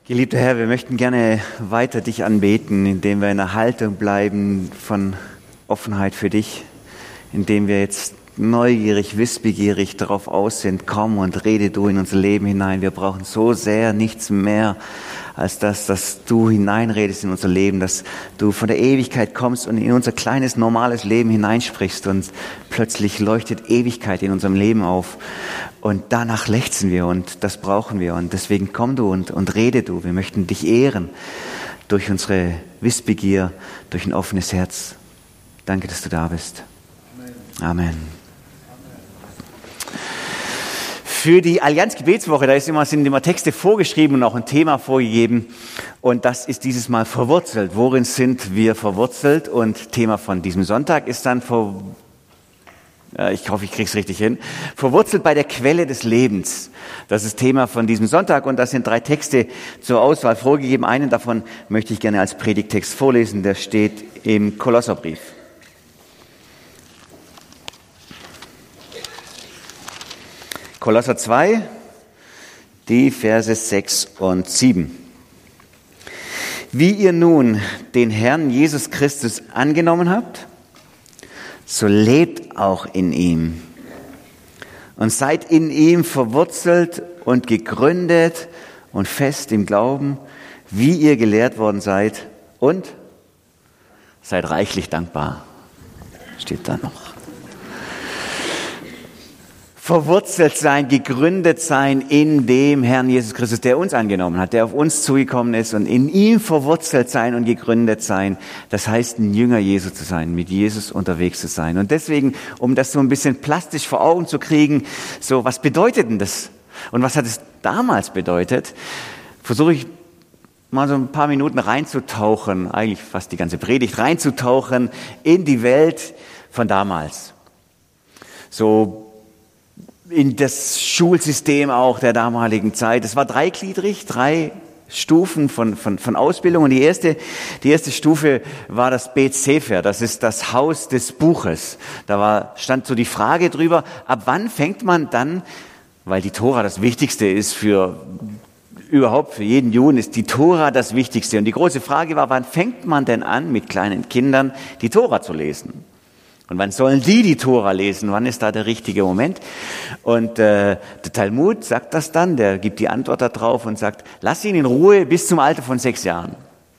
Geliebter Herr, wir möchten gerne weiter dich anbeten, indem wir in einer Haltung bleiben von Offenheit für dich, indem wir jetzt neugierig, wissbegierig darauf aus sind, komm und rede du in unser Leben hinein. Wir brauchen so sehr nichts mehr als das, dass du hineinredest in unser Leben, dass du von der Ewigkeit kommst und in unser kleines, normales Leben hineinsprichst und plötzlich leuchtet Ewigkeit in unserem Leben auf. Und danach lechzen wir und das brauchen wir. Und deswegen komm du und rede du. Wir möchten dich ehren durch unsere Wissbegier, durch ein offenes Herz. Danke, dass du da bist. Amen. Für die Allianz-Gebetswoche, sind immer Texte vorgeschrieben und auch ein Thema vorgegeben. Und das ist dieses Mal verwurzelt. Worin sind wir verwurzelt? Und Thema von diesem Sonntag ist dann, ich hoffe, ich kriege es richtig hin, verwurzelt bei der Quelle des Lebens. Das ist Thema von diesem Sonntag und da sind 3 Texte zur Auswahl vorgegeben. Einen davon möchte ich gerne als Predigttext vorlesen. Der steht im Kolosserbrief. Kolosser 2, die Verse 6 und 7. Wie ihr nun den Herrn Jesus Christus angenommen habt, so lebt auch in ihm und seid in ihm verwurzelt und gegründet und fest im Glauben, wie ihr gelehrt worden seid, und seid reichlich dankbar. Steht da noch. Verwurzelt sein, gegründet sein in dem Herrn Jesus Christus, der uns angenommen hat, der auf uns zugekommen ist, und in ihm verwurzelt sein und gegründet sein. Das heißt, ein Jünger Jesu zu sein, mit Jesus unterwegs zu sein. Und deswegen, um das so ein bisschen plastisch vor Augen zu kriegen, so, was bedeutet denn das? Und was hat es damals bedeutet? Versuche ich mal so ein paar Minuten reinzutauchen, eigentlich fast die ganze Predigt reinzutauchen in die Welt von damals. So, in das Schulsystem auch der damaligen Zeit. Es war dreigliedrig, 3 Stufen von Ausbildung. Und die erste Stufe war das Beth Sefer, das ist das Haus des Buches. Stand so die Frage drüber, ab wann fängt man dann, weil die Tora das Wichtigste ist für jeden Juden, ist die Tora das Wichtigste. Und die große Frage war, wann fängt man denn an, mit kleinen Kindern die Tora zu lesen? Und wann sollen die Tora lesen? Wann ist da der richtige Moment? Und der Talmud sagt das dann, der gibt die Antwort darauf und sagt, lass ihn in Ruhe bis zum Alter von 6 Jahren.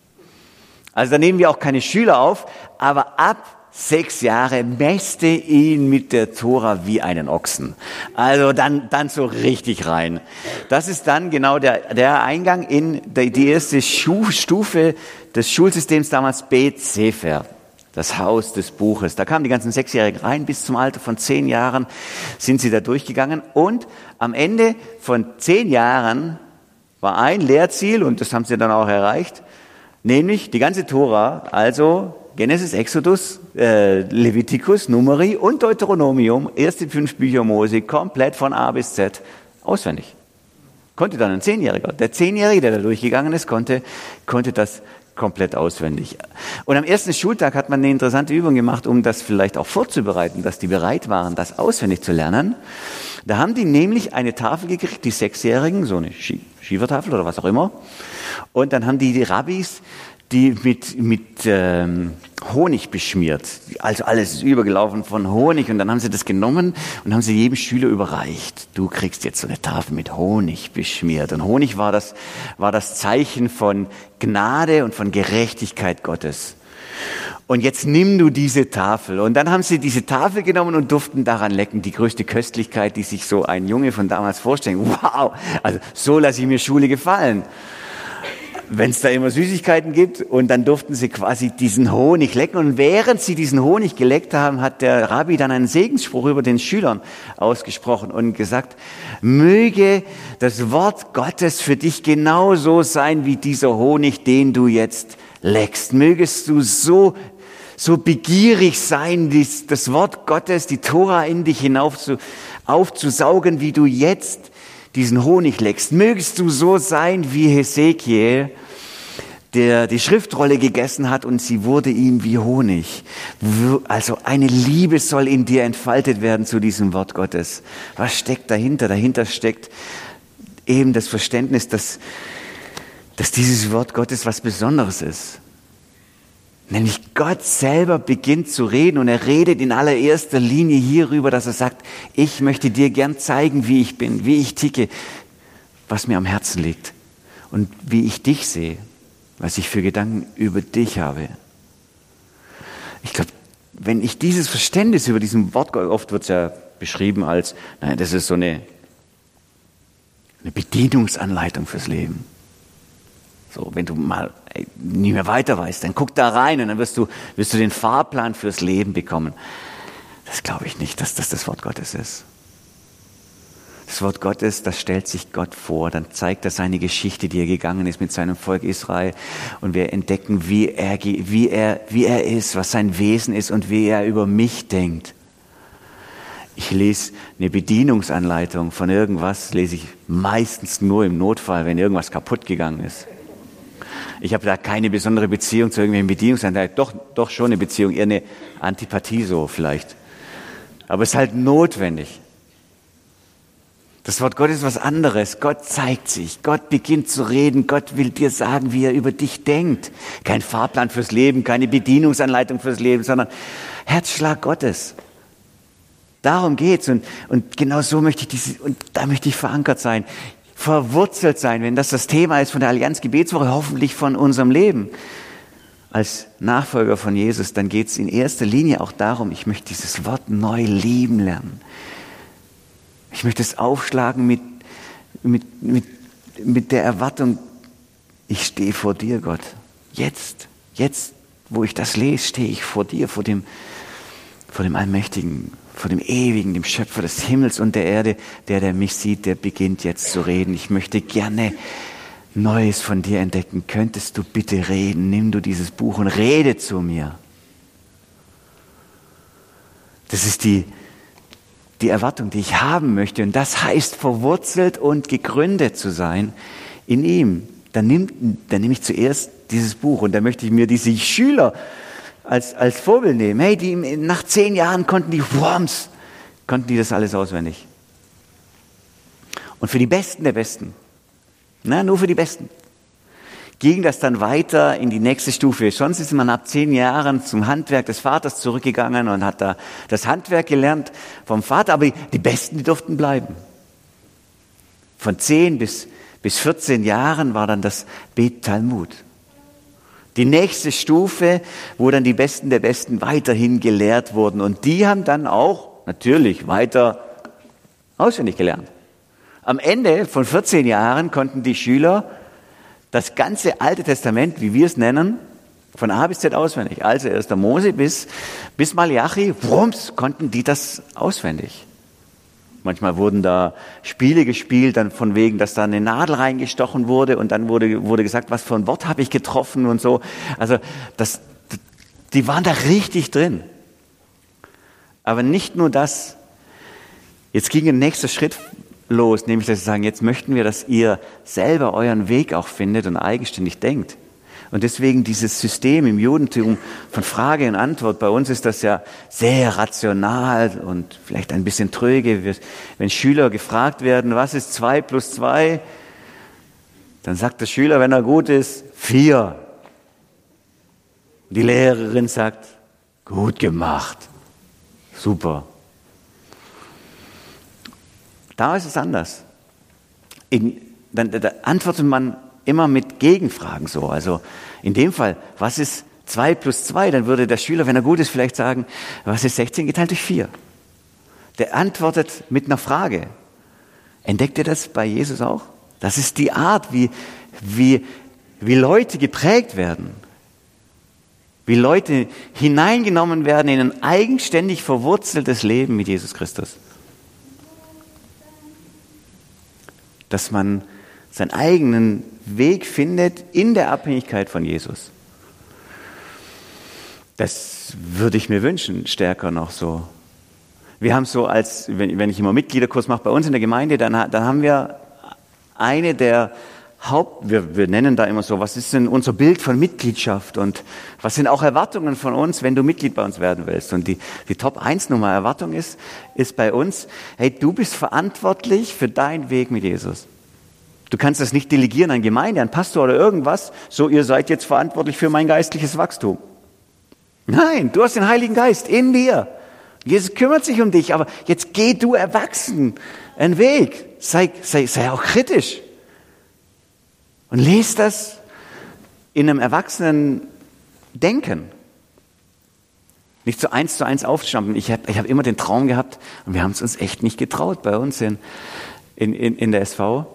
Also da nehmen wir auch keine Schüler auf, aber ab 6 Jahre mäste ihn mit der Tora wie einen Ochsen. Also dann so richtig rein. Das ist dann genau der Eingang in die erste Stufe des Schulsystems damals, Beth Sefer. Das Haus des Buches. Da kamen die ganzen 6-Jährigen rein, bis zum Alter von 10 Jahren sind sie da durchgegangen. Und am Ende von 10 Jahren war ein Lehrziel, und das haben sie dann auch erreicht, nämlich die ganze Tora, also Genesis, Exodus, Levitikus, Numeri und Deuteronomium, erste 5 Bücher Mose, komplett von A bis Z, auswendig. Konnte dann ein 10-Jähriger. Der 10-Jährige, der da durchgegangen ist, konnte das komplett auswendig. Und am ersten Schultag hat man eine interessante Übung gemacht, um das vielleicht auch vorzubereiten, dass die bereit waren, das auswendig zu lernen. Da haben die nämlich eine Tafel gekriegt, die 6-Jährigen, so eine Schiefertafel oder was auch immer. Und dann haben die Rabbis die mit Honig beschmiert. Also alles ist übergelaufen von Honig. Und dann haben sie das genommen und haben sie jedem Schüler überreicht. Du kriegst jetzt so eine Tafel mit Honig beschmiert. Und Honig war das Zeichen von Gnade und von Gerechtigkeit Gottes. Und jetzt nimm du diese Tafel. Und dann haben sie diese Tafel genommen und durften daran lecken. Die größte Köstlichkeit, die sich so ein Junge von damals vorstellt. Wow, also so lasse ich mir Schule gefallen. Wenn es da immer Süßigkeiten gibt, und dann durften sie quasi diesen Honig lecken. Und während sie diesen Honig geleckt haben, hat der Rabbi dann einen Segensspruch über den Schülern ausgesprochen und gesagt, möge das Wort Gottes für dich genauso sein wie dieser Honig, den du jetzt leckst. Mögest du so begierig sein, das Wort Gottes, die Tora in dich aufzusaugen, wie du jetzt diesen Honig leckst. Mögest du so sein wie Hesekiel, der die Schriftrolle gegessen hat und sie wurde ihm wie Honig. Also eine Liebe soll in dir entfaltet werden zu diesem Wort Gottes. Was steckt dahinter? Dahinter steckt eben das Verständnis, dass dieses Wort Gottes was Besonderes ist. Nämlich Gott selber beginnt zu reden und er redet in allererster Linie hierüber, dass er sagt, ich möchte dir gern zeigen, wie ich bin, wie ich ticke, was mir am Herzen liegt und wie ich dich sehe, was ich für Gedanken über dich habe. Ich glaube, wenn ich dieses Verständnis über diesen Wort, oft wird es ja beschrieben als, nein, das ist so eine Bedienungsanleitung fürs Leben. So, wenn du mal nicht mehr weiter weißt, dann guck da rein und dann wirst du den Fahrplan fürs Leben bekommen. Das glaube ich nicht, dass das Wort Gottes ist. Das Wort Gottes, das stellt sich Gott vor, dann zeigt er seine Geschichte, die er gegangen ist mit seinem Volk Israel und wir entdecken, wie er ist, was sein Wesen ist und wie er über mich denkt. Ich lese eine Bedienungsanleitung von irgendwas, lese ich meistens nur im Notfall, wenn irgendwas kaputt gegangen ist. Ich habe da keine besondere Beziehung zu irgendwelchen Bedienungsanleitungen, doch schon eine Beziehung, eher eine Antipathie so vielleicht. Aber es ist halt notwendig. Das Wort Gottes ist was anderes. Gott zeigt sich. Gott beginnt zu reden. Gott will dir sagen, wie er über dich denkt. Kein Fahrplan fürs Leben, keine Bedienungsanleitung fürs Leben, sondern Herzschlag Gottes. Darum geht's. Und genau so möchte ich da möchte ich verankert sein. Verwurzelt sein, wenn das Thema ist von der Allianz Gebetswoche, hoffentlich von unserem Leben. Als Nachfolger von Jesus, dann geht's in erster Linie auch darum, ich möchte dieses Wort neu lieben lernen. Ich möchte es aufschlagen mit der Erwartung, ich stehe vor dir, Gott. Jetzt, wo ich das lese, stehe ich vor dir, vor dem Allmächtigen, vor dem Ewigen, dem Schöpfer des Himmels und der Erde, der mich sieht, der beginnt jetzt zu reden. Ich möchte gerne Neues von dir entdecken. Könntest du bitte reden? Nimm du dieses Buch und rede zu mir. Das ist die Erwartung, die ich haben möchte. Und das heißt, verwurzelt und gegründet zu sein in ihm. Dann nehme ich zuerst dieses Buch und dann möchte ich mir diese Schüler als Vorbild nehmen. Hey, nach 10 Jahren konnten die das alles auswendig. Und für die Besten der Besten, nur für die Besten, ging das dann weiter in die nächste Stufe. Sonst ist man ab 10 Jahren zum Handwerk des Vaters zurückgegangen und hat da das Handwerk gelernt vom Vater, aber die Besten, die durften bleiben. Von 10 bis 14 Jahren war dann das Bet Talmud. Die nächste Stufe, wo dann die Besten der Besten weiterhin gelehrt wurden. Und die haben dann auch natürlich weiter auswendig gelernt. Am Ende von 14 Jahren konnten die Schüler das ganze Alte Testament, wie wir es nennen, von A bis Z auswendig. Also 1. Mose bis Malachi, konnten die das auswendig. Manchmal wurden da Spiele gespielt, dann von wegen, dass da eine Nadel reingestochen wurde und dann wurde gesagt, was für ein Wort habe ich getroffen und so. Also die waren da richtig drin. Aber nicht nur das. Jetzt ging ein nächster Schritt los, nämlich dass sie sagen, jetzt möchten wir, dass ihr selber euren Weg auch findet und eigenständig denkt. Und deswegen dieses System im Judentum von Frage und Antwort, bei uns ist das ja sehr rational und vielleicht ein bisschen tröge. Wenn Schüler gefragt werden, was ist 2 plus 2, dann sagt der Schüler, wenn er gut ist, 4. Die Lehrerin sagt, gut gemacht, super. Da ist es anders. Dann antwortet man immer mit Gegenfragen so. Also in dem Fall, was ist 2 plus 2? Dann würde der Schüler, wenn er gut ist, vielleicht sagen, was ist 16 geteilt durch 4? Der antwortet mit einer Frage. Entdeckt ihr das bei Jesus auch? Das ist die Art, wie Leute geprägt werden. Wie Leute hineingenommen werden in ein eigenständig verwurzeltes Leben mit Jesus Christus. Dass man seinen eigenen Weg findet in der Abhängigkeit von Jesus. Das würde ich mir wünschen, stärker noch so. Wir haben so wenn ich immer Mitgliederkurs mache bei uns in der Gemeinde, dann haben wir eine der wir nennen da immer so, was ist denn unser Bild von Mitgliedschaft und was sind auch Erwartungen von uns, wenn du Mitglied bei uns werden willst. Und die Top-1-Nummer Erwartung ist bei uns, hey, du bist verantwortlich für deinen Weg mit Jesus. Du kannst das nicht delegieren an Gemeinde, an Pastor oder irgendwas. So, ihr seid jetzt verantwortlich für mein geistliches Wachstum. Nein, du hast den Heiligen Geist in dir. Jesus kümmert sich um dich, aber jetzt geh du erwachsen einen Weg. Sei auch kritisch. Und lese das in einem erwachsenen Denken. Nicht so 1:1 aufstampfen. Ich hab immer den Traum gehabt, und wir haben es uns echt nicht getraut bei uns in der SV,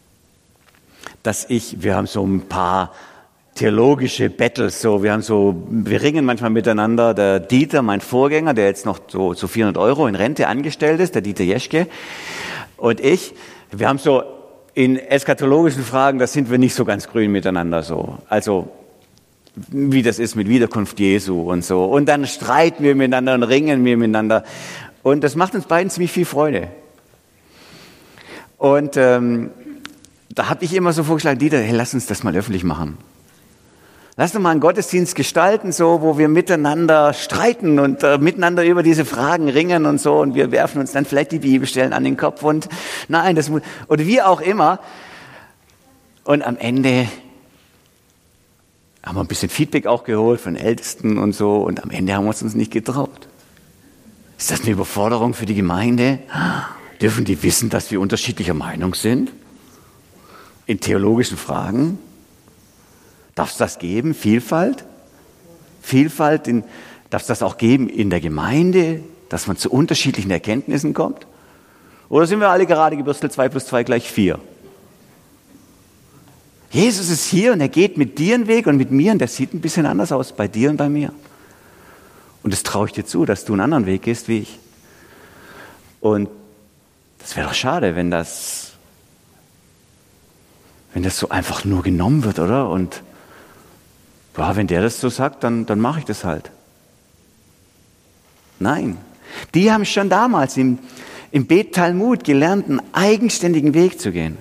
wir haben so ein paar theologische Battles, wir ringen manchmal miteinander. Der Dieter, mein Vorgänger, der jetzt noch so 400 € in Rente angestellt ist, der Dieter Jeschke, und ich, wir haben so in eschatologischen Fragen, da sind wir nicht so ganz grün miteinander so. Also, wie das ist mit Wiederkunft Jesu und so. Und dann streiten wir miteinander und ringen wir miteinander. Und das macht uns beiden ziemlich viel Freude. Und da habe ich immer so vorgeschlagen, Dieter, hey, lass uns das mal öffentlich machen. Lass uns mal einen Gottesdienst gestalten, so, wo wir miteinander streiten und miteinander über diese Fragen ringen und so. Und wir werfen uns dann vielleicht die Bibelstellen an den Kopf und nein, oder wie auch immer. Und am Ende haben wir ein bisschen Feedback auch geholt von Ältesten und so. Und am Ende haben wir uns nicht getraut. Ist das eine Überforderung für die Gemeinde? Dürfen die wissen, dass wir unterschiedlicher Meinung sind? In theologischen Fragen? Darf es das geben? Vielfalt? Darf es das auch geben in der Gemeinde, dass man zu unterschiedlichen Erkenntnissen kommt? Oder sind wir alle gerade gebürstelt, 2 + 2 = 4? Jesus ist hier und er geht mit dir einen Weg und mit mir, und der sieht ein bisschen anders aus, bei dir und bei mir. Und das traue ich dir zu, dass du einen anderen Weg gehst wie ich. Und das wäre doch schade, wenn das so einfach nur genommen wird, oder? Und ja, wenn der das so sagt, dann mache ich das halt. Nein, die haben schon damals im Bet Talmud gelernt, einen eigenständigen Weg zu gehen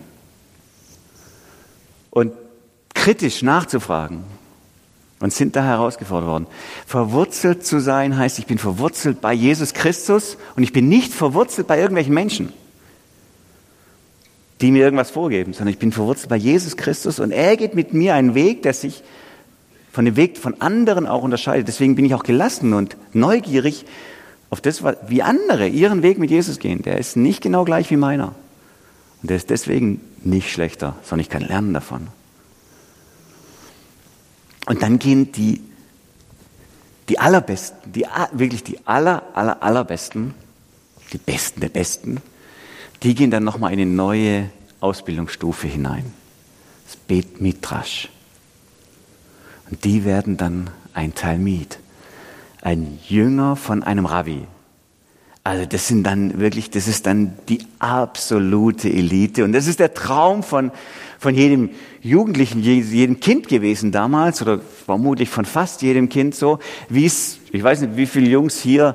und kritisch nachzufragen und sind da herausgefordert worden. Verwurzelt zu sein heißt, ich bin verwurzelt bei Jesus Christus und ich bin nicht verwurzelt bei irgendwelchen Menschen, die mir irgendwas vorgeben, sondern ich bin verwurzelt bei Jesus Christus und er geht mit mir einen Weg, der sich von dem Weg von anderen auch unterscheidet. Deswegen bin ich auch gelassen und neugierig auf das, wie andere ihren Weg mit Jesus gehen. Der ist nicht genau gleich wie meiner. Und der ist deswegen nicht schlechter, sondern ich kann lernen davon. Und dann gehen die Allerbesten, wirklich die Allerbesten, die Besten der Besten, die gehen dann nochmal in eine neue Ausbildungsstufe hinein. Das Bet Midrash. Und die werden dann ein Talmid, ein Jünger von einem Rabbi. Also das ist dann die absolute Elite. Und das ist der Traum von jedem Jugendlichen, jedem Kind gewesen damals, oder vermutlich von fast jedem Kind so, ich weiß nicht, wie viele Jungs hier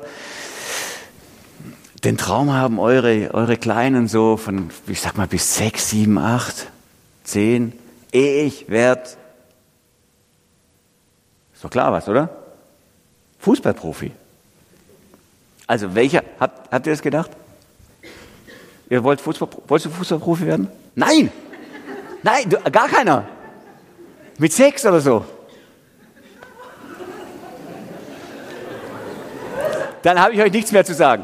den Traum haben, eure Kleinen so von, ich sag mal, bis 6, 7, 8, 10, ich werde, ist doch klar was, oder? Fußballprofi. Also habt ihr das gedacht? Wolltest du Fußballprofi werden? Nein! Nein, gar keiner. Mit 6 oder so. Dann habe ich euch nichts mehr zu sagen.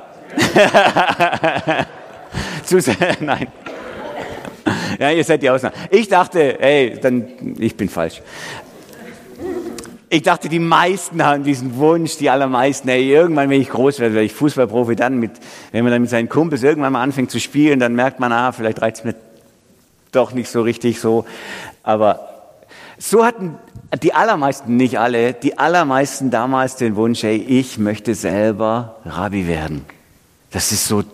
Nein. Ja, ihr seid die Ausnahme. Ich dachte, ich bin falsch. Ich dachte, die meisten haben diesen Wunsch, die allermeisten, irgendwann, wenn ich groß werde ich Fußballprofi, wenn man dann mit seinen Kumpels irgendwann mal anfängt zu spielen, dann merkt man, vielleicht reizt es mir doch nicht so richtig so. Aber so hatten die allermeisten, nicht alle, die allermeisten damals den Wunsch, ich möchte selber Rabbi werden. Das ist so,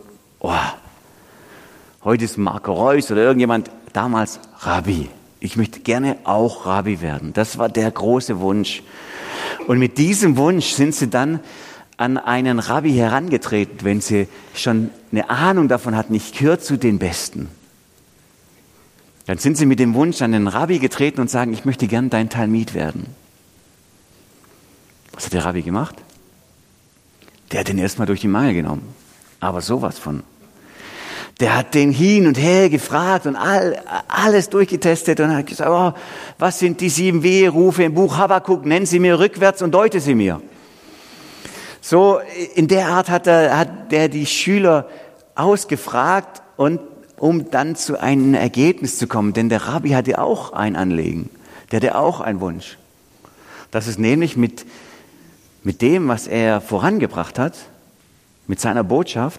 heute ist Marco Reus oder irgendjemand, damals Rabbi. Ich möchte gerne auch Rabbi werden. Das war der große Wunsch. Und mit diesem Wunsch sind sie dann an einen Rabbi herangetreten, wenn sie schon eine Ahnung davon hatten, ich gehöre zu den Besten. Dann sind sie mit dem Wunsch an den Rabbi getreten und sagen, ich möchte gern dein Talmid werden. Was hat der Rabbi gemacht? Der hat den erstmal durch die Mangel genommen. Aber sowas von. Der hat den hin und her gefragt und alles durchgetestet und hat gesagt, oh, was sind die 7 Weherufe im Buch Habakuk? Nenn sie mir rückwärts und deute sie mir. So in der Art hat der die Schüler ausgefragt, und um dann zu einem Ergebnis zu kommen. Denn der Rabbi hatte auch ein Anliegen, der hatte auch einen Wunsch. Das ist nämlich mit dem, was er vorangebracht hat, mit seiner Botschaft,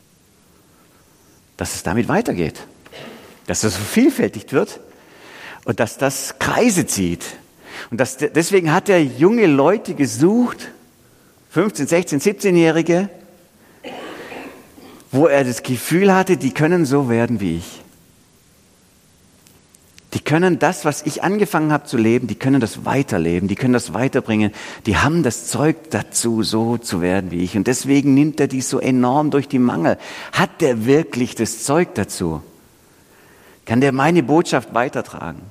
dass es damit weitergeht, dass es vervielfältigt wird und dass das Kreise zieht. Und deswegen hat er junge Leute gesucht, 15, 16, 17-Jährige, wo er das Gefühl hatte, die können so werden wie ich. Die können das, was ich angefangen habe zu leben, die können das weiterleben, die können das weiterbringen. Die haben das Zeug dazu, so zu werden wie ich. Und deswegen nimmt er die so enorm durch die Mangel. Hat der wirklich das Zeug dazu? Kann der meine Botschaft weitertragen?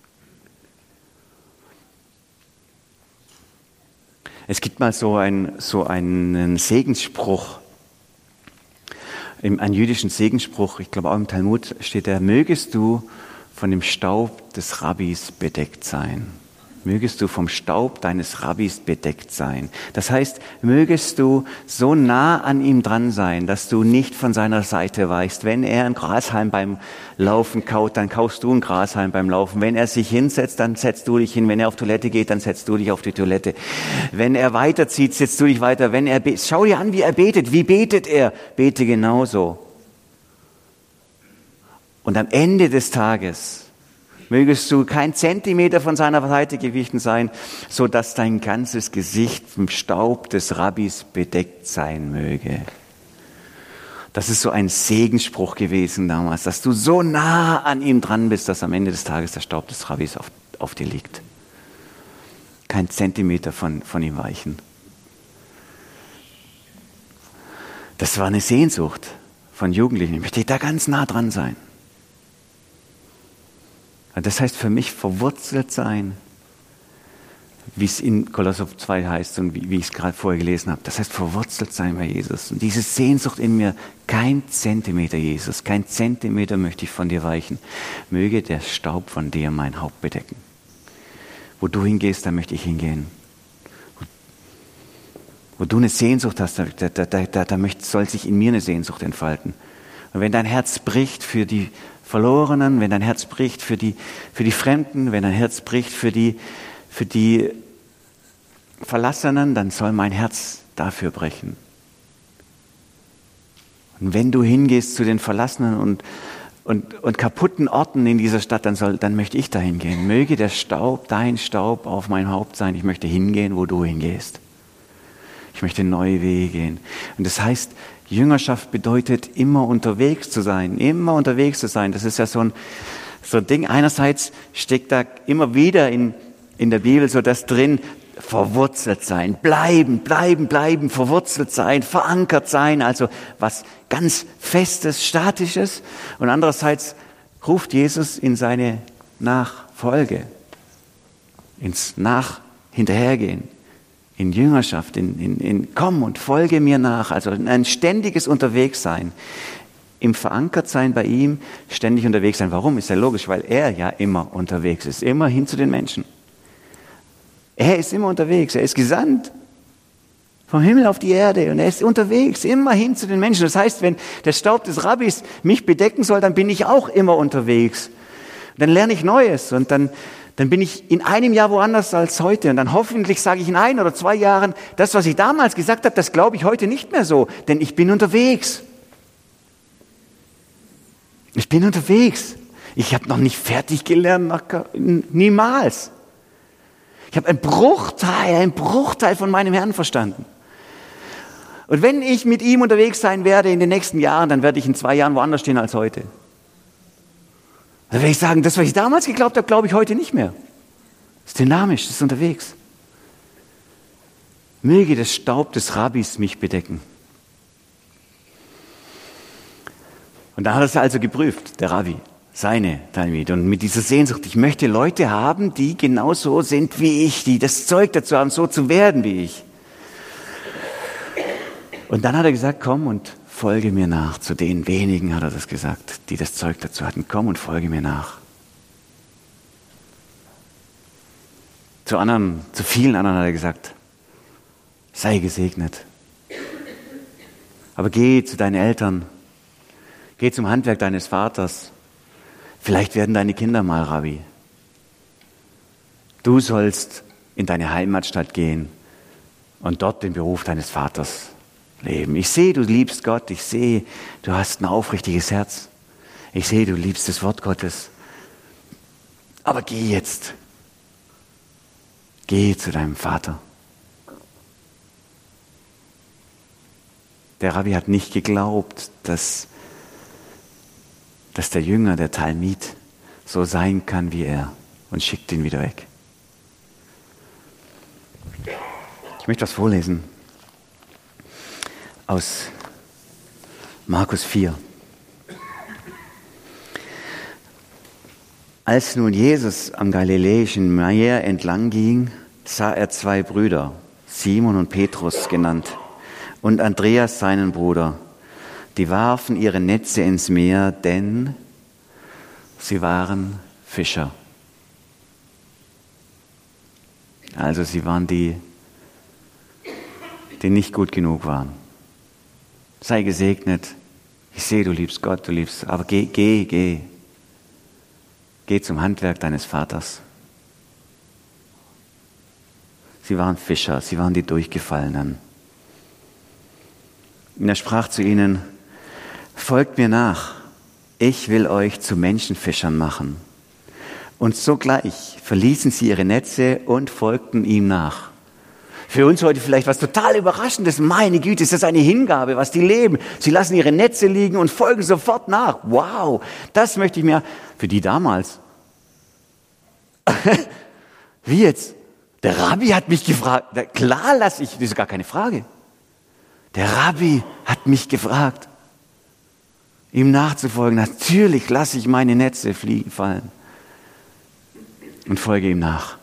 Es gibt mal so einen Segensspruch, einen jüdischen Segensspruch, ich glaube auch im Talmud steht der: Mögest du von dem Staub des Rabbis bedeckt sein. Mögest du vom Staub deines Rabbis bedeckt sein. Das heißt, mögest du so nah an ihm dran sein, dass du nicht von seiner Seite weichst. Wenn er ein Grashalm beim Laufen kaut, dann kaust du ein Grashalm beim Laufen. Wenn er sich hinsetzt, dann setzt du dich hin. Wenn er auf Toilette geht, dann setzt du dich auf die Toilette. Wenn er weiterzieht, setzt du dich weiter. Schau dir an, wie er betet. Wie betet er? Bete genauso. Und am Ende des Tages mögest du kein Zentimeter von seiner Seite gewichen sein, so dass dein ganzes Gesicht vom Staub des Rabbis bedeckt sein möge. Das ist so ein Segensspruch gewesen damals, dass du so nah an ihm dran bist, dass am Ende des Tages der Staub des Rabbis auf dir liegt. Kein Zentimeter von ihm weichen. Das war eine Sehnsucht von Jugendlichen. Ich möchte da ganz nah dran sein. Das heißt für mich verwurzelt sein, wie es in Kolosser 2 heißt und wie ich es gerade vorher gelesen habe. Das heißt verwurzelt sein bei Jesus. Und diese Sehnsucht in mir, kein Zentimeter Jesus, kein Zentimeter möchte ich von dir weichen. Möge der Staub von dir mein Haupt bedecken. Wo du hingehst, da möchte ich hingehen. Wo du eine Sehnsucht hast, da soll sich in mir eine Sehnsucht entfalten. Und wenn dein Herz bricht für die Verlorenen, wenn dein Herz bricht für die Fremden, wenn dein Herz bricht für die Verlassenen, dann soll mein Herz dafür brechen. Und wenn du hingehst zu den Verlassenen und kaputten Orten in dieser Stadt, dann möchte ich dahin gehen. Möge der Staub, dein Staub auf mein Haupt sein. Ich möchte hingehen, wo du hingehst. Ich möchte neue Wege gehen. Und das heißt, Jüngerschaft bedeutet, immer unterwegs zu sein. Immer unterwegs zu sein. Das ist ja so ein Ding. Einerseits steckt da immer wieder in der Bibel so das drin, verwurzelt sein, bleiben, verwurzelt sein, verankert sein, also was ganz Festes, Statisches. Und andererseits ruft Jesus in seine Nachfolge, ins Hinterhergehen. In Jüngerschaft, in komm und folge mir nach, also ein ständiges Unterwegssein, im Verankertsein bei ihm, ständig unterwegs sein. Warum? Ist ja logisch, weil er ja immer unterwegs ist, immer hin zu den Menschen. Er ist immer unterwegs, er ist gesandt vom Himmel auf die Erde und er ist unterwegs, immer hin zu den Menschen. Das heißt, wenn der Staub des Rabbis mich bedecken soll, dann bin ich auch immer unterwegs. Dann lerne ich Neues und dann bin ich in einem Jahr woanders als heute. Und dann hoffentlich sage ich in 1 oder 2 Jahren, das, was ich damals gesagt habe, das glaube ich heute nicht mehr so. Denn ich bin unterwegs. Ich bin unterwegs. Ich habe noch nicht fertig gelernt, niemals. Ich habe einen Bruchteil von meinem Herrn verstanden. Und wenn ich mit ihm unterwegs sein werde in den nächsten Jahren, dann werde ich in 2 Jahren woanders stehen als heute. Dann werde ich sagen, das, was ich damals geglaubt habe, glaube ich heute nicht mehr. Das ist dynamisch, das ist unterwegs. Möge der Staub des Rabbis mich bedecken. Und da hat er es also geprüft, der Rabbi, seine Talmid. Und mit dieser Sehnsucht, ich möchte Leute haben, die genauso sind wie ich, die das Zeug dazu haben, so zu werden wie ich. Und dann hat er gesagt, komm und folge mir nach. Zu den wenigen hat er das gesagt, die das Zeug dazu hatten. Komm und folge mir nach. Zu vielen anderen hat er gesagt, sei gesegnet. Aber geh zu deinen Eltern. Geh zum Handwerk deines Vaters. Vielleicht werden deine Kinder mal Rabbi. Du sollst in deine Heimatstadt gehen und dort den Beruf deines Vaters leben. Ich sehe, du liebst Gott. Ich sehe, du hast ein aufrichtiges Herz. Ich sehe, du liebst das Wort Gottes. Aber geh jetzt. Geh zu deinem Vater. Der Rabbi hat nicht geglaubt, dass der Jünger, der Talmid, so sein kann wie er, und schickt ihn wieder weg. Ich möchte was vorlesen aus Markus 4. Als nun Jesus am galiläischen Meer entlang ging, sah er zwei Brüder, Simon und Petrus genannt, und Andreas seinen Bruder. Die warfen ihre Netze ins Meer, denn sie waren Fischer. Also sie waren die nicht gut genug waren. Sei gesegnet. Ich sehe, du liebst Gott, aber geh zum Handwerk deines Vaters. Sie waren Fischer, sie waren die Durchgefallenen. Und er sprach zu ihnen, folgt mir nach, ich will euch zu Menschenfischern machen. Und sogleich verließen sie ihre Netze und folgten ihm nach. Für uns heute vielleicht was total Überraschendes. Meine Güte, ist das eine Hingabe, was die leben. Sie lassen ihre Netze liegen und folgen sofort nach. Wow, das möchte ich mir, für die damals. Wie jetzt? Der Rabbi hat mich gefragt. Klar lasse ich, das ist gar keine Frage. Der Rabbi hat mich gefragt, ihm nachzufolgen. Natürlich lasse ich meine Netze fallen und folge ihm nach.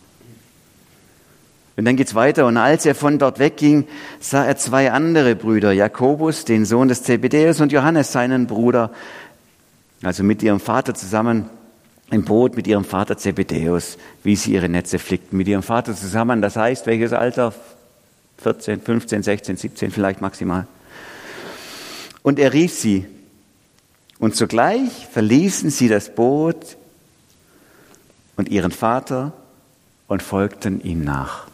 Und dann geht's weiter. Und als er von dort wegging, sah er zwei andere Brüder, Jakobus, den Sohn des Zebedäus, und Johannes, seinen Bruder, also mit ihrem Vater zusammen im Boot, mit ihrem Vater Zebedäus, wie sie ihre Netze flickten. Mit ihrem Vater zusammen, das heißt, welches Alter? 14, 15, 16, 17 vielleicht maximal. Und er rief sie. Und sogleich verließen sie das Boot und ihren Vater und folgten ihm nach.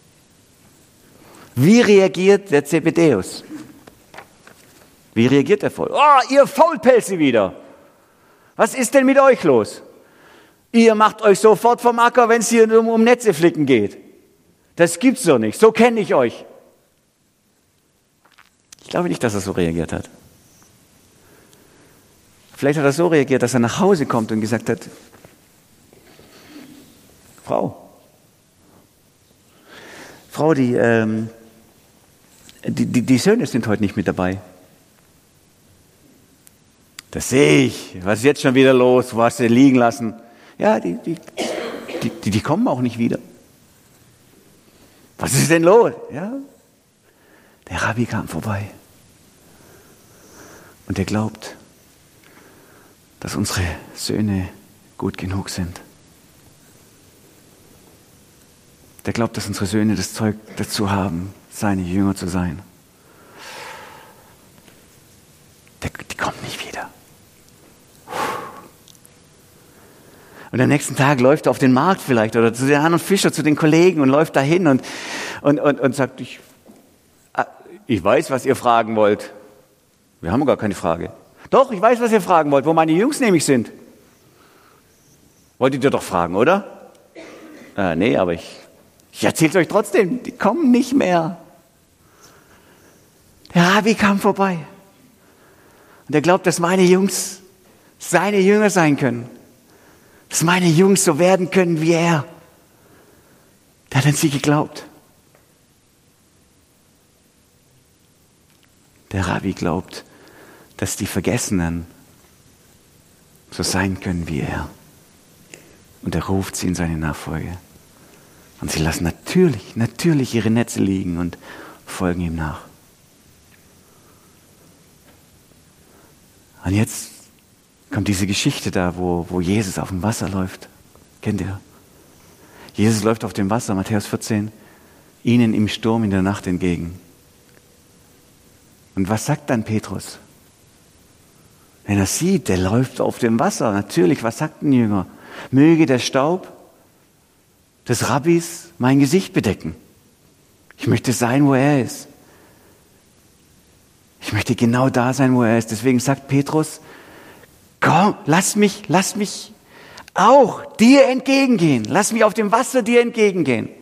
Wie reagiert der Zebedäus? Wie reagiert er voll? Oh, ihr Faulpelze wieder! Was ist denn mit euch los? Ihr macht euch sofort vom Acker, wenn es hier um Netze flicken geht. Das gibt's doch nicht. So kenne ich euch. Ich glaube nicht, dass er so reagiert hat. Vielleicht hat er so reagiert, dass er nach Hause kommt und gesagt hat, Frau, die Söhne sind heute nicht mit dabei. Das sehe ich. Was ist jetzt schon wieder los? Wo hast du liegen lassen? Ja, die kommen auch nicht wieder. Was ist denn los? Ja, der Rabbi kam vorbei. Und er glaubt, dass unsere Söhne gut genug sind. Der glaubt, dass unsere Söhne das Zeug dazu haben, seine Jünger zu sein. Die kommen nicht wieder. Und am nächsten Tag läuft er auf den Markt vielleicht oder zu den anderen Fischern, zu den Kollegen und läuft dahin und sagt, ich weiß, was ihr fragen wollt. Wir haben gar keine Frage. Doch, ich weiß, was ihr fragen wollt, wo meine Jungs nämlich sind. Wolltet ihr doch fragen, oder? Nee, aber ich erzähle es euch trotzdem, die kommen nicht mehr. Der Rabbi kam vorbei. Und er glaubt, dass meine Jungs seine Jünger sein können. Dass meine Jungs so werden können wie er. Der hat an sie geglaubt. Der Rabbi glaubt, dass die Vergessenen so sein können wie er. Und er ruft sie in seine Nachfolge. Und sie lassen natürlich ihre Netze liegen und folgen ihm nach. Und jetzt kommt diese Geschichte da, wo Jesus auf dem Wasser läuft. Kennt ihr? Jesus läuft auf dem Wasser, Matthäus 14, ihnen im Sturm in der Nacht entgegen. Und was sagt dann Petrus? Wenn er sieht, der läuft auf dem Wasser, natürlich, was sagt ein Jünger? Möge der Staub des Rabbis mein Gesicht bedecken. Ich möchte sein, wo er ist. Ich möchte genau da sein, wo er ist. Deswegen sagt Petrus, komm, lass mich auch dir entgegengehen. Lass mich auf dem Wasser dir entgegengehen.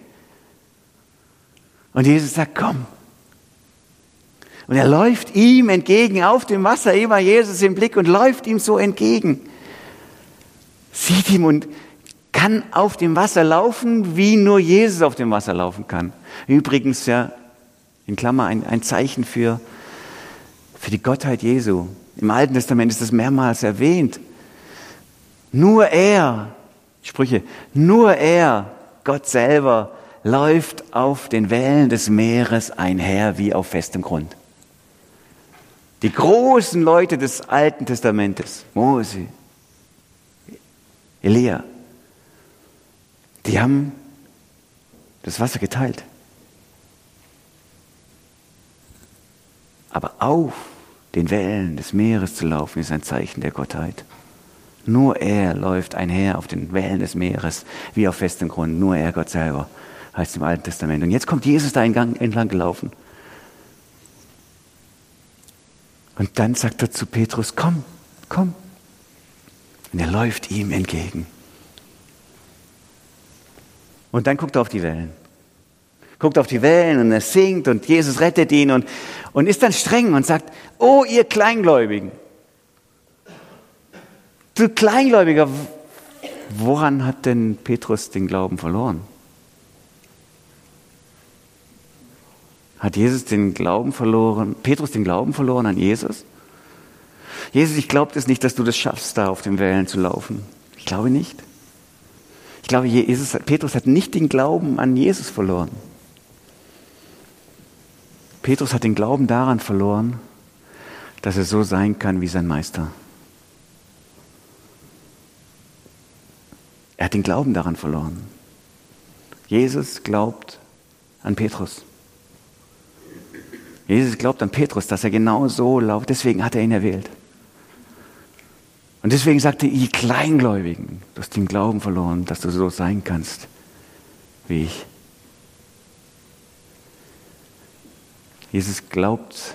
Und Jesus sagt, komm. Und er läuft ihm entgegen auf dem Wasser, immer Jesus im Blick und läuft ihm so entgegen. Sieht ihn und kann auf dem Wasser laufen, wie nur Jesus auf dem Wasser laufen kann. Übrigens ja, in Klammer, ein Zeichen für die Gottheit Jesu. Im Alten Testament ist das mehrmals erwähnt. Nur er, Sprüche, nur er, Gott selber, läuft auf den Wellen des Meeres einher wie auf festem Grund. Die großen Leute des Alten Testamentes, Mose, Elia, die haben das Wasser geteilt. Aber auf den Wellen des Meeres zu laufen, ist ein Zeichen der Gottheit. Nur er läuft einher auf den Wellen des Meeres, wie auf festem Grund. Nur er, Gott selber, heißt im Alten Testament. Und jetzt kommt Jesus da entlang gelaufen. Und dann sagt er zu Petrus, komm. Und er läuft ihm entgegen. Und dann guckt er auf die Wellen. Guckt auf die Wellen und er singt und Jesus rettet ihn und ist dann streng und sagt, oh ihr Kleingläubigen, du Kleingläubiger, woran hat denn Petrus den Glauben verloren? Hat Petrus den Glauben verloren an Jesus? Jesus, ich glaube das nicht, dass du das schaffst, da auf den Wellen zu laufen. Ich glaube nicht. Ich glaube, Petrus hat nicht den Glauben an Jesus verloren. Petrus hat den Glauben daran verloren, dass er so sein kann wie sein Meister. Er hat den Glauben daran verloren. Jesus glaubt an Petrus. Jesus glaubt an Petrus, dass er genau so läuft. Deswegen hat er ihn erwählt. Und deswegen sagte er, ihr Kleingläubigen, du hast den Glauben verloren, dass du so sein kannst wie ich. Jesus glaubt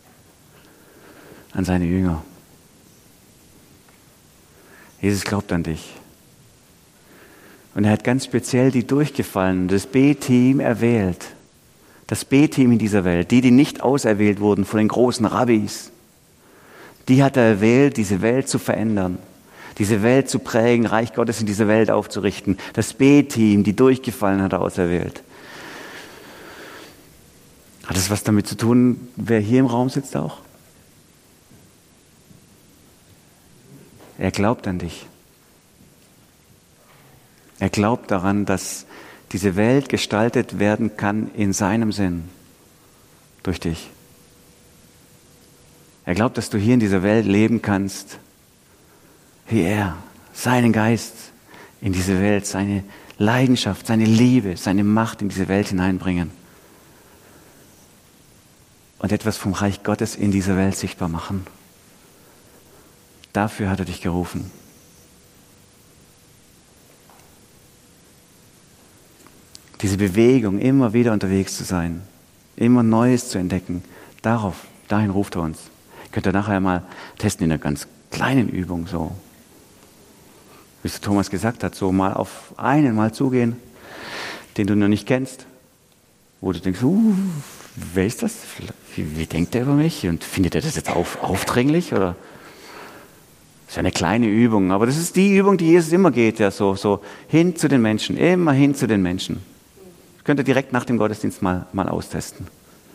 an seine Jünger. Jesus glaubt an dich. Und er hat ganz speziell die Durchgefallenen, das B-Team erwählt. Das B-Team in dieser Welt, die nicht auserwählt wurden von den großen Rabbis. Die hat er erwählt, diese Welt zu verändern, diese Welt zu prägen, Reich Gottes in dieser Welt aufzurichten. Das B-Team, die Durchgefallenen, hat er auserwählt. Hat es was damit zu tun, wer hier im Raum sitzt auch? Er glaubt an dich. Er glaubt daran, dass diese Welt gestaltet werden kann in seinem Sinn, durch dich. Er glaubt, dass du hier in dieser Welt leben kannst, wie er, seinen Geist in diese Welt, seine Leidenschaft, seine Liebe, seine Macht in diese Welt hineinbringen und etwas vom Reich Gottes in dieser Welt sichtbar machen. Dafür hat er dich gerufen. Diese Bewegung, immer wieder unterwegs zu sein, immer Neues zu entdecken, dahin ruft er uns. Könnt ihr nachher mal testen in einer ganz kleinen Übung, so. Wie es Thomas gesagt hat, so mal auf einen mal zugehen, den du noch nicht kennst, wo du denkst, wer ist das? Wie denkt er über mich? Und findet er das jetzt aufdringlich? Oder? Das ist ja eine kleine Übung, aber das ist die Übung, die Jesus immer geht, ja, so hin zu den Menschen, immer hin zu den Menschen. Das könnt ihr direkt nach dem Gottesdienst mal austesten.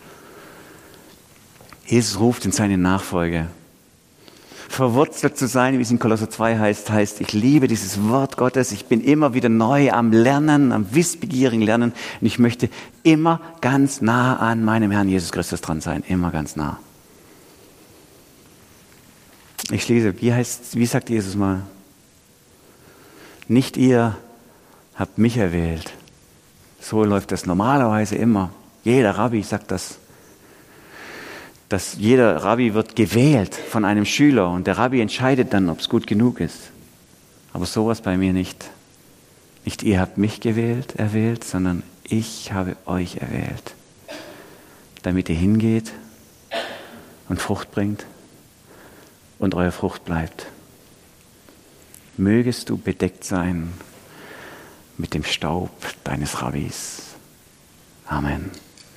Jesus ruft in seine Nachfolge. Verwurzelt zu sein, wie es in Kolosser 2 heißt, ich liebe dieses Wort Gottes, ich bin immer wieder neu am Lernen, am wissbegierigen Lernen und ich möchte immer ganz nah an meinem Herrn Jesus Christus dran sein, immer ganz nah. Ich schließe, wie sagt Jesus mal? Nicht ihr habt mich erwählt. So läuft das normalerweise immer. Jeder Rabbi sagt das. Dass jeder Rabbi wird gewählt von einem Schüler und der Rabbi entscheidet dann, ob es gut genug ist. Aber sowas bei mir nicht. Nicht ihr habt mich erwählt, sondern ich habe euch erwählt, damit ihr hingeht und Frucht bringt und eure Frucht bleibt. Mögest du bedeckt sein mit dem Staub deines Rabbis. Amen.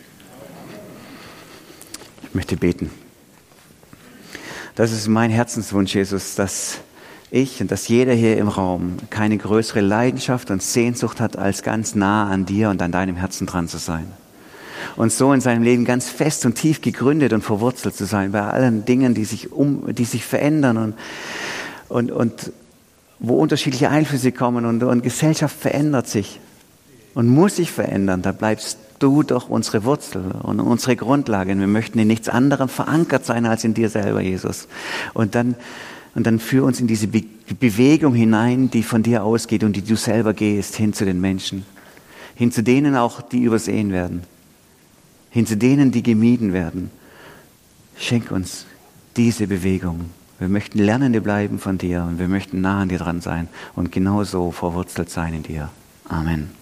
Ich möchte beten. Das ist mein Herzenswunsch, Jesus, dass ich und dass jeder hier im Raum keine größere Leidenschaft und Sehnsucht hat, als ganz nah an dir und an deinem Herzen dran zu sein. Und so in seinem Leben ganz fest und tief gegründet und verwurzelt zu sein, bei allen Dingen, die sich verändern und wo unterschiedliche Einflüsse kommen und Gesellschaft verändert sich und muss sich verändern. Da bleibst du doch unsere Wurzel und unsere Grundlage. Und wir möchten in nichts anderem verankert sein als in dir selber, Jesus. Und dann führ uns in diese Bewegung hinein, die von dir ausgeht und die du selber gehst, hin zu den Menschen. Hin zu denen auch, die übersehen werden. Hin zu denen, die gemieden werden. Schenk uns diese Bewegung. Wir möchten Lernende bleiben von dir und wir möchten nah an dir dran sein und genauso verwurzelt sein in dir. Amen.